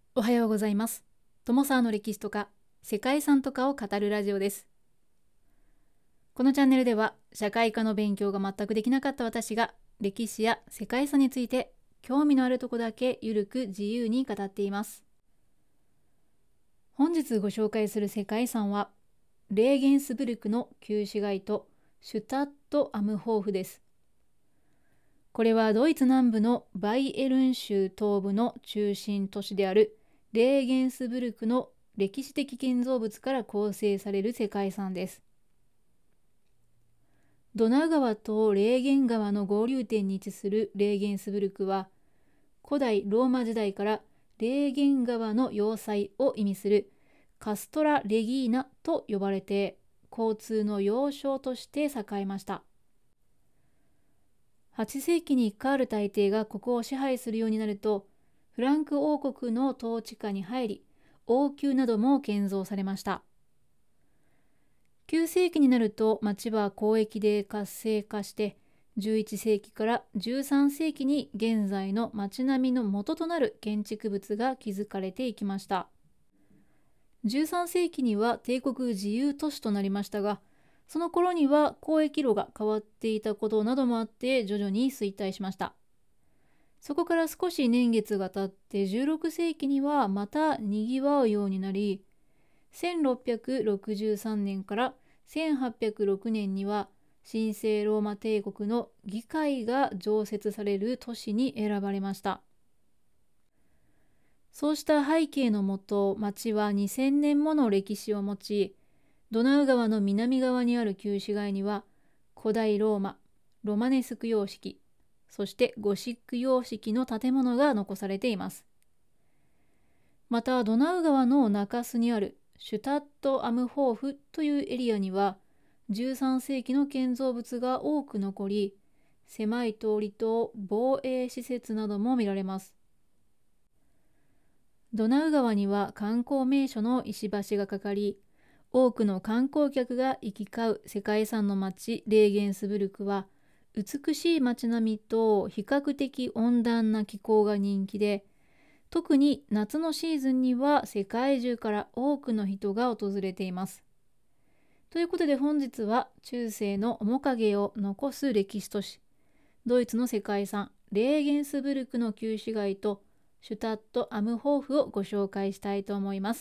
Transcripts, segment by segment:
おはようございます。友沢の歴史とか世界遺産とかを語るラジオです。このチャンネルでは社会科の勉強が全くできなかった私が歴史や世界遺産について興味のあるとこだけゆるく自由に語っています。本日ご紹介する世界遺産はレーゲンスブルクの旧市街とシュタット・アムホーフです。これはドイツ南部のバイエルン州東部の中心都市であるレーゲンスブルクの歴史的建造物から構成される世界遺産です。ドナウ川とレーゲン川の合流点に位置するレーゲンスブルクは、古代ローマ時代からレーゲン川の要塞を意味するカストラ・レギーナと呼ばれて、交通の要衝として栄えました。8世紀にカール大帝がここを支配するようになると、フランク王国の統治下に入り、王宮なども建造されました。9世紀になると町は交易で活性化して、11世紀から13世紀に現在の町並みの元となる建築物が築かれていきました。13世紀には帝国自由都市となりましたが、その頃には交易路が変わっていたことなどもあって徐々に衰退しました。そこから少し年月が経って16世紀にはまた賑わうようになり、1663年から1806年には神聖ローマ帝国の議会が常設される都市に選ばれました。そうした背景のもと、町は2000年もの歴史を持ち、ドナウ川の南側にある旧市街には古代ローマ、ロマネスク様式、そしてゴシック様式の建物が残されています。またドナウ川の中州にあるシュタット・アムホーフというエリアには13世紀の建造物が多く残り、狭い通りと防衛施設なども見られます。ドナウ川には観光名所の石橋がかかり、多くの観光客が行き交う世界遺産の町レーゲンスブルクは、美しい街並みと比較的温暖な気候が人気で、特に夏のシーズンには世界中から多くの人が訪れています。ということで本日は中世の面影を残す歴史都市、ドイツの世界遺産レーゲンスブルクの旧市街とシュタット・アムホーフをご紹介したいと思います。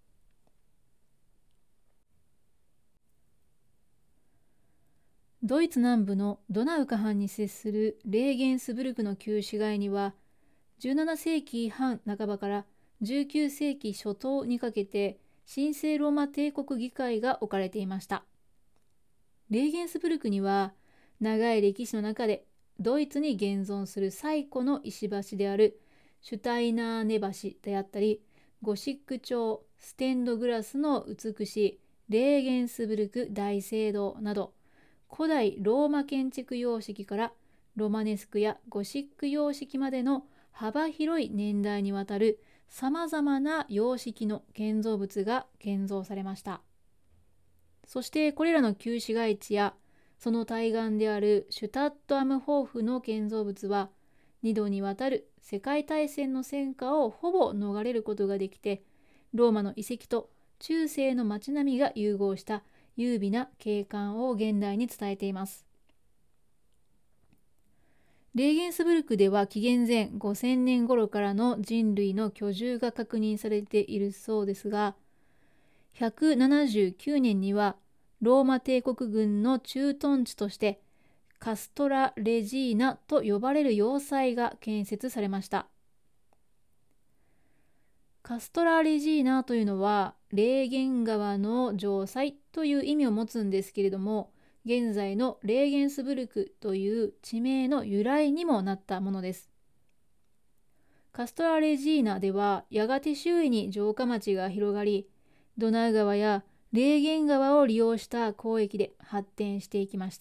ドイツ南部のドナウ河畔に接するレーゲンスブルクの旧市街には、17世紀半半ばから19世紀初頭にかけて神聖ローマ帝国議会が置かれていました。レーゲンスブルクには長い歴史の中でドイツに現存する最古の石橋であるシュタイナーネ橋であったり、ゴシック調ステンドグラスの美しいレーゲンスブルク大聖堂など、古代ローマ建築様式からロマネスクやゴシック様式までの幅広い年代にわたるさまざまな様式の建造物が建造されました。そしてこれらの旧市街地やその対岸であるシュタット・アムホーフの建造物は、2度にわたる世界大戦の戦火をほぼ逃れることができて、ローマの遺跡と中世の街並みが融合した優美な景観を現代に伝えています。レーゲンスブルクでは紀元前5000年頃からの人類の居住が確認されているそうですが、179年にはローマ帝国軍の駐屯地としてカストラ・レジーナと呼ばれる要塞が建設されました。カストラ・レジーナというのはレーゲン川の城塞という意味を持つんですけれども、現在のレーゲンスブルクという地名の由来にもなったものです。カストラ・レジーナではやがて周囲に城下町が広がり、ドナウ川やレーゲン川を利用した交易で発展していきました。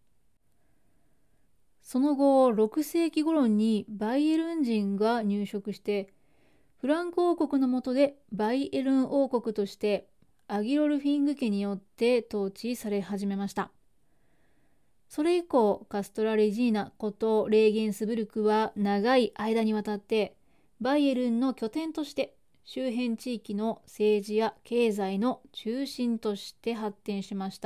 その後6世紀頃にバイエルン人が入植して、フランク王国の下でバイエルン王国としてアギロルフィング家によって統治され始めました。それ以降カストラ・レジーナことレーゲンスブルクは長い間にわたってバイエルンの拠点として周辺地域の政治や経済の中心として発展しました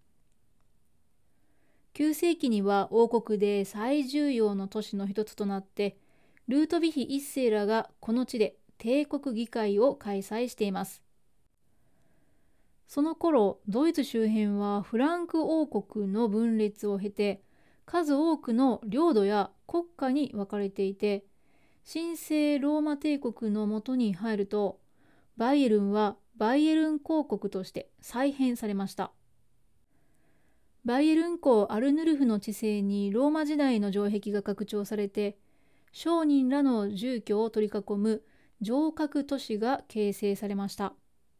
。9世紀には王国で最重要の都市の一つとなって、ルートヴィヒ一世らがこの地で帝国議会を開催しています。その頃、ドイツ周辺はフランク王国の分裂を経て、数多くの領土や国家に分かれていて、神聖ローマ帝国のもとに入ると、バイエルンはバイエルン公国として再編されました。バイエルン公アルヌルフの治世にローマ時代の城壁が拡張されて、商人らの住居を取り囲む城郭都市が形成されました。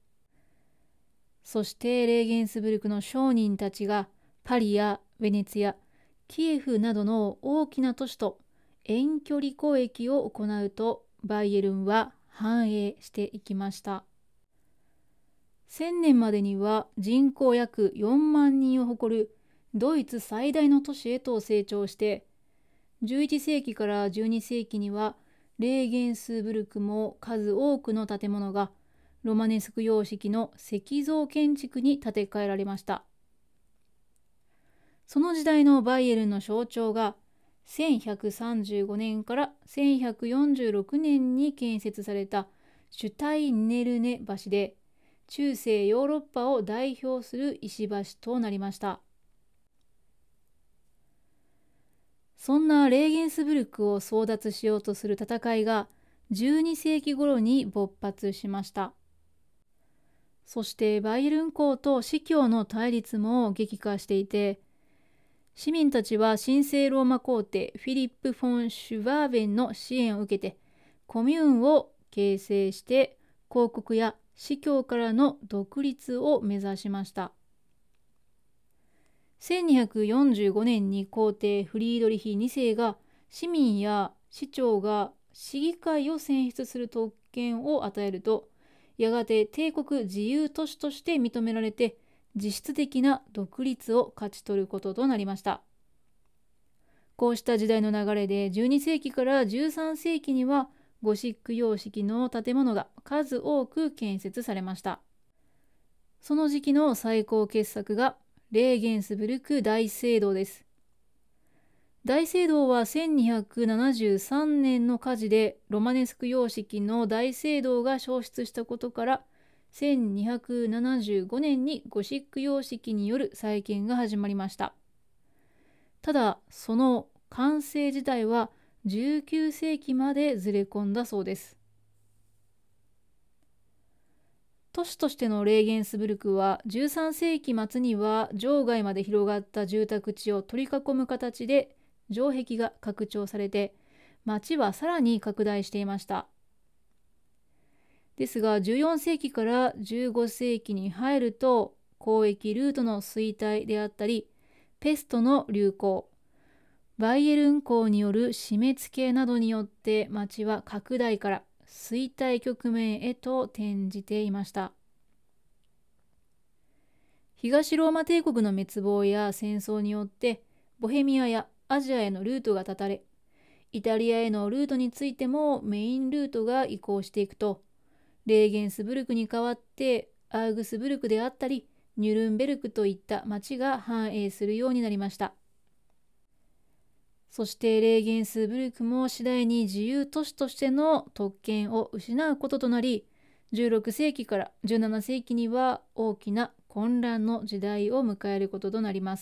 そしてレーゲンスブルクの商人たちがパリやベネツィア、キエフなどの大きな都市と遠距離交易を行うと、バイエルンは繁栄していきました。1000年までには人口約4万人を誇るドイツ最大の都市へと成長して、11世紀から12世紀にはレーゲンスブルクも数多くの建物がロマネスク様式の石造建築に建て替えられました。その時代のバイエルンの象徴が1135年から1146年に建設されたシュタイネルネ橋で、中世ヨーロッパを代表する石橋となりました。そんなレーゲンスブルクを争奪しようとする戦いが12世紀頃に勃発しました。そしてバイエルン公と司教の対立も激化していて、市民たちは神聖ローマ皇帝フィリップ・フォン・シュバーベンの支援を受けてコミューンを形成して、公国や司教からの独立を目指しました。1245年に皇帝フリードリヒ2世が市民や市長が市議会を選出する特権を与えると、やがて帝国自由都市として認められて、実質的な独立を勝ち取ることとなりました。こうした時代の流れで12世紀から13世紀にはゴシック様式の建物が数多く建設されました。その時期の最高傑作がレーゲンスブルク大聖堂です。大聖堂は1273年の火事でロマネスク様式の大聖堂が焼失したことから、1275年にゴシック様式による再建が始まりました。ただ、その完成自体は19世紀までずれ込んだそうです。都市としてのレーゲンスブルクは13世紀末には場外まで広がった住宅地を取り囲む形で城壁が拡張されて、町はさらに拡大していました。ですが14世紀から15世紀に入ると、交易ルートの衰退であったり、ペストの流行、バイエルン公による締め付けなどによって町は拡大から衰退局面へと転じていました。東ローマ帝国の滅亡や戦争によってボヘミアやアジアへのルートが断たれ、イタリアへのルートについてもメインルートが移行していくと、レーゲンスブルクに代わってアーグスブルクであったりニュルンベルクといった町が繁栄するようになりました。そしてレーゲンスブルクも次第に自由都市としての特権を失うこととなり、16世紀から17世紀には大きな混乱の時代を迎えることとなります。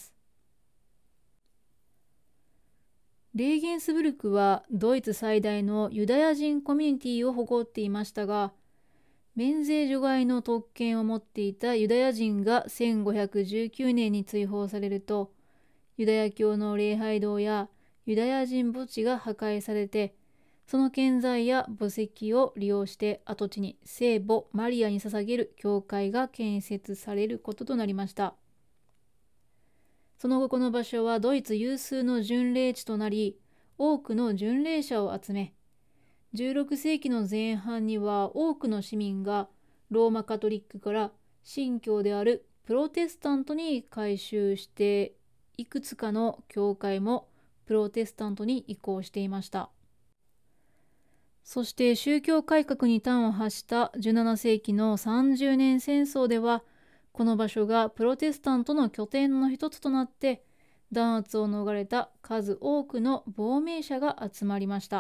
レーゲンスブルクはドイツ最大のユダヤ人コミュニティを誇っていましたが、免税除外の特権を持っていたユダヤ人が1519年に追放されると、ユダヤ教の礼拝堂やユダヤ人墓地が破壊されて、その建材や墓石を利用して跡地に聖母マリアに捧げる教会が建設されることとなりました。その後この場所はドイツ有数の巡礼地となり、多くの巡礼者を集め、16世紀の前半には多くの市民がローマカトリックから新教であるプロテスタントに改宗して、いくつかの教会もプロテスタントに移行していました。 そして宗教改革に端を発した17世紀の30年戦争では、この場所がプロテスタントの拠点の一つとなって、弾圧を逃れた数多くの亡命者が集まりました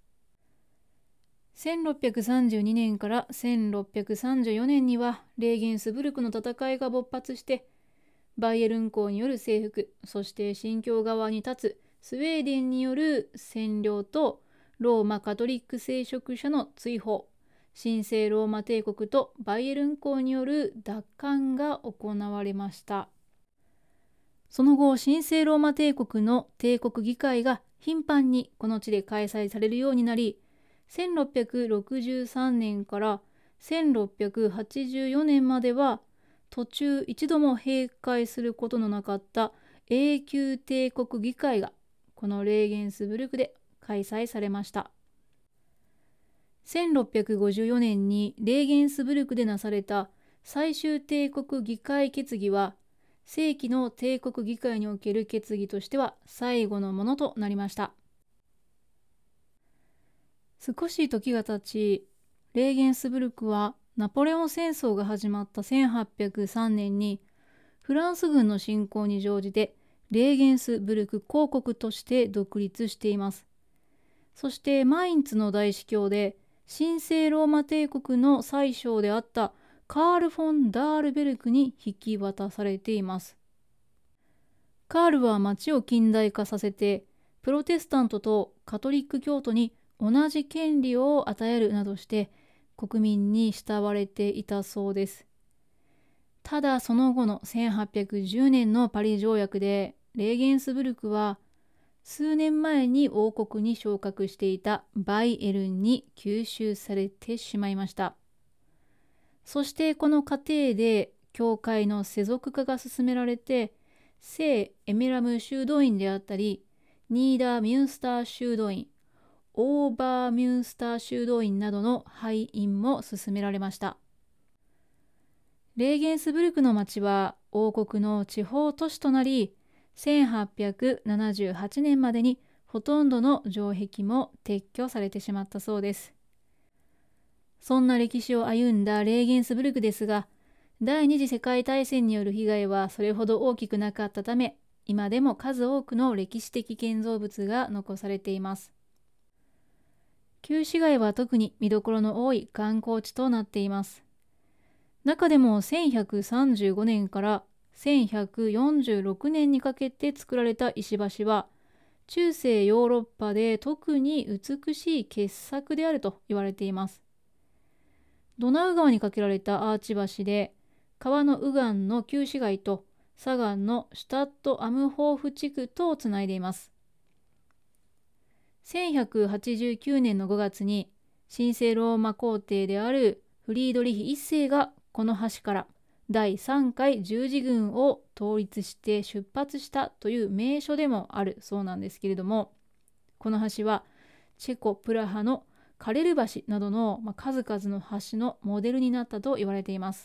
。1632年から1634年にはレーゲンスブルクの戦いが勃発して、バイエルン公による征服、そして新教側に立つスウェーデンによる占領とローマカトリック聖職者の追放、神聖ローマ帝国とバイエルン公による奪還が行われました。その後、神聖ローマ帝国の帝国議会が頻繁にこの地で開催されるようになり、1663年から1684年までは途中一度も閉会することのなかった永久帝国議会がこのレーゲンスブルクで開催されました。1654年にレーゲンスブルクでなされた最終帝国議会決議は、正規の帝国議会における決議としては最後のものとなりました。少し時が経ち、レーゲンスブルクはナポレオン戦争が始まった1803年にフランス軍の侵攻に乗じてレーゲンスブルク公国として独立しています。そしてマインツの大司教で神聖ローマ帝国の宰相であったカール・フォン・ダールベルクに引き渡されています。カールは町を近代化させて、プロテスタントとカトリック教徒に同じ権利を与えるなどして国民に慕われていたそうです。ただその後の1810年のパリ条約でレーゲンスブルクは数年前に王国に昇格していたバイエルンに吸収されてしまいました。そしてこの過程で教会の世俗化が進められて、聖エメラム修道院であったり、ニーダーミュンスター修道院、オーバーミュンスター修道院などの廃院も進められました。レーゲンスブルクの町は王国の地方都市となり、1878年までにほとんどの城壁も撤去されてしまったそうです。そんな歴史を歩んだレーゲンスブルクですが、第二次世界大戦による被害はそれほど大きくなかったため、今でも数多くの歴史的建造物が残されています。旧市街は特に見どころの多い観光地となっています。中でも1135年から1146年にかけて作られた石橋は、中世ヨーロッパで特に美しい傑作であると言われています。ドナウ川に架けられたアーチ橋で、川の右岸の旧市街と左岸のシュタット・アムホーフ地区とをつないでいます。1189年の5月に神聖ローマ皇帝であるフリードリヒ一世がこの橋から第3回十字軍を統一して出発したという名所でもあるそうなんですけれども、この橋はチェコ・プラハのカレル橋などの数々の橋のモデルになったと言われています。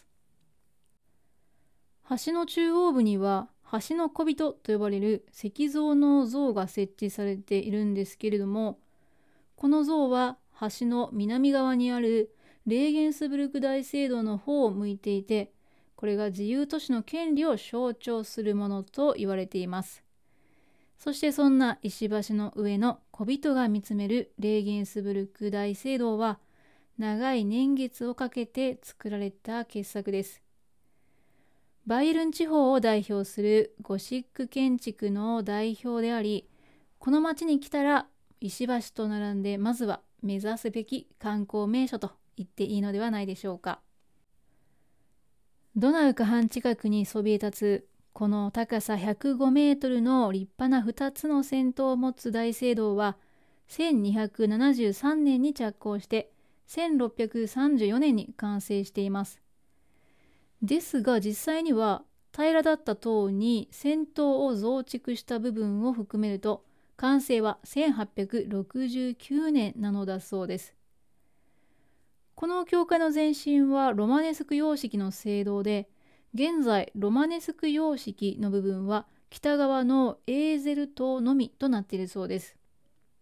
橋の中央部には橋の小人と呼ばれる石像の像が設置されているんですけれども、この像は橋の南側にあるレーゲンスブルク大聖堂の方を向いていて、これが自由都市の権利を象徴するものと言われています。そしてそんな石橋の上の小人が見つめるレーゲンスブルク大聖堂は、長い年月をかけて作られた傑作です。バイエルン地方を代表するゴシック建築の代表であり、この町に来たら石橋と並んでまずは目指すべき観光名所と言っていいのではないでしょうか。ドナウ河畔近くにそびえ立つこの高さ105メートルの立派な2つの先頭を持つ大聖堂は、1273年に着工して1634年に完成しています。ですが実際には平らだった塔に先頭を増築した部分を含めると完成は1869年なのだそうです。この教会の前身はロマネスク様式の聖堂で、現在ロマネスク様式の部分は北側のエーゼル塔のみとなっているそうです。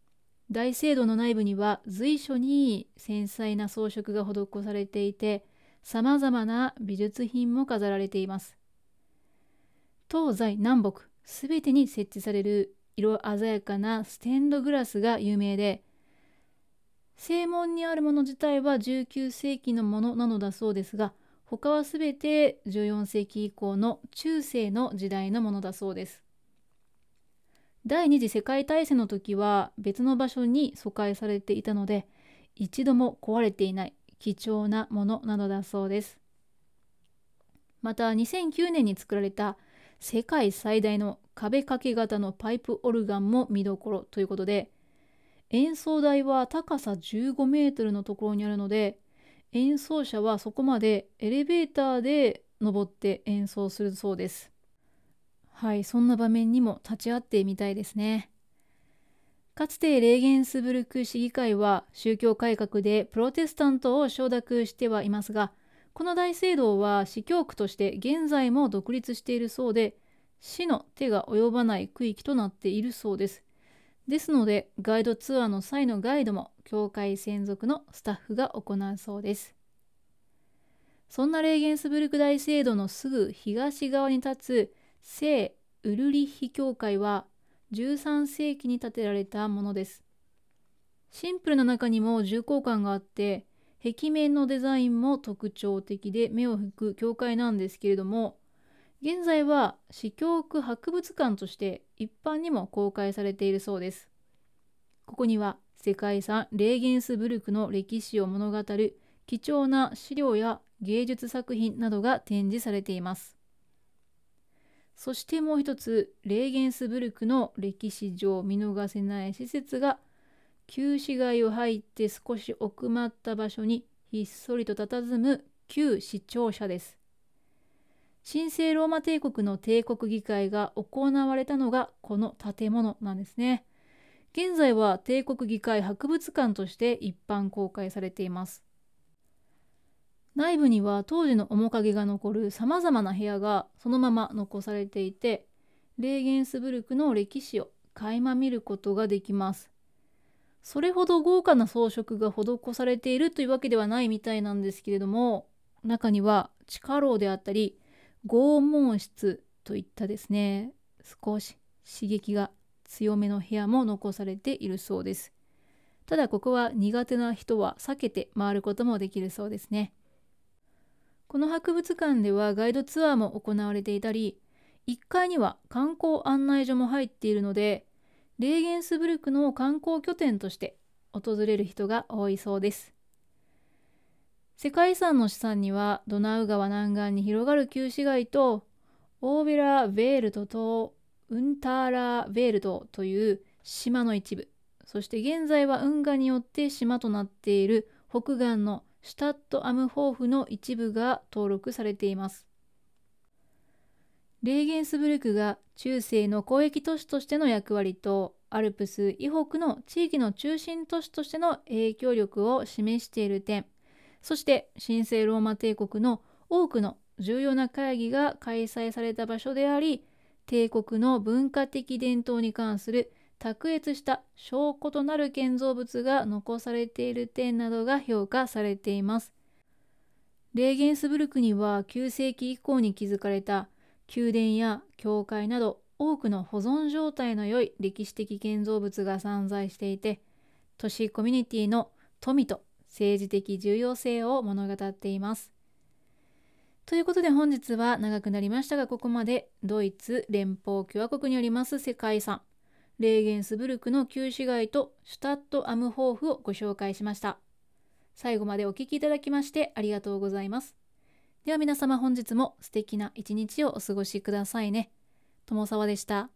大聖堂の内部には随所に繊細な装飾が施されていて、さまざまな美術品も飾られています。東西南北すべてに設置される色鮮やかなステンドグラスが有名で、正門にあるもの自体は19世紀のものなのだそうですが、他はすべて14世紀以降の中世の時代のものだそうです。第二次世界大戦の時は別の場所に疎開されていたので、一度も壊れていない貴重なものなのだそうです。また2009年に作られた世界最大の壁掛け型のパイプオルガンも見どころということで、演奏台は高さ15メートルのところにあるので、演奏者はそこまでエレベーターで登って演奏するそうです。はい、そんな場面にも立ち会ってみたいですね。かつてレーゲンスブルク市議会は宗教改革でプロテスタントを承諾してはいますが、この大聖堂は司教区として現在も独立しているそうで、市の手が及ばない区域となっているそうです。ですので、ガイドツアーの際のガイドも教会専属のスタッフが行うそうです。そんなレーゲンスブルク大聖堂のすぐ東側に立つ聖ウルリッヒ教会は13世紀に建てられたものです。シンプルな中にも重厚感があって、壁面のデザインも特徴的で目を引く教会なんですけれども、現在は司教区博物館として一般にも公開されているそうです。ここには世界遺産レーゲンスブルクの歴史を物語る貴重な資料や芸術作品などが展示されています。そしてもう一つ、レーゲンスブルクの歴史上見逃せない施設が、旧市街を入って少し奥まった場所にひっそりと佇む旧市庁舎です。神聖ローマ帝国の帝国議会が行われたのがこの建物なんですね。現在は帝国議会博物館として一般公開されています。内部には当時の面影が残るさまざまな部屋がそのまま残されていて、レーゲンスブルクの歴史を垣間見ることができます。それほど豪華な装飾が施されているというわけではないみたいなんですけれども、中には地下牢であったり拷問室といったですね、少し刺激が強めの部屋も残されているそうです。ただここは苦手な人は避けて回ることもできるそうですね。この博物館ではガイドツアーも行われていたり、1階には観光案内所も入っているので、レーゲンスブルクの観光拠点として訪れる人が多いそうです。世界遺産の資産にはドナウ川南岸に広がる旧市街とオーベラ・ヴェールトとウンターラ・ヴェールトという島の一部、そして現在は運河によって島となっている北岸のシュタット・アムホーフの一部が登録されています。レーゲンスブルクが中世の交易都市としての役割とアルプス以北の地域の中心都市としての影響力を示している点、そして神聖ローマ帝国の多くの重要な会議が開催された場所であり、帝国の文化的伝統に関する卓越した証拠となる建造物が残されている点などが評価されています。レーゲンスブルクには9世紀以降に築かれた宮殿や教会など多くの保存状態の良い歴史的建造物が散在していて、都市コミュニティの富と政治的重要性を物語っています。ということで本日は長くなりましたが、ここまでドイツ連邦共和国にあります世界遺産レーゲンスブルクの旧市街とシュタット・アムホーフをご紹介しました。最後までお聞きいただきましてありがとうございます。では皆様、本日も素敵な一日をお過ごしくださいね。友沢でした。